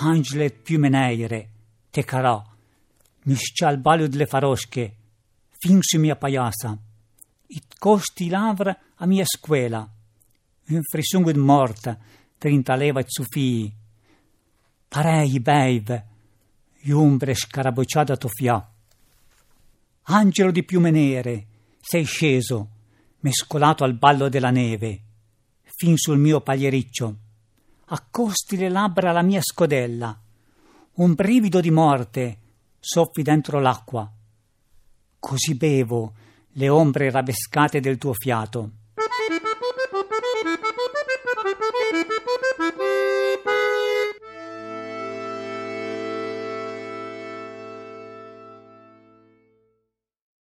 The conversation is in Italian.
Angele piume neire, te carò, miscia al balio delle farosche, fin su mia paiasa, it costi lavra a mia scuola, un frisungud morta, trintaleva et sufii, parei beive, iumbre scarabocciata tofià. Angelo di piume nere, sei sceso, mescolato al ballo della neve, fin sul mio pagliericcio, accosti le labbra alla mia scodella, un brivido di morte soffi dentro l'acqua, così bevo le ombre rabescate del tuo fiato.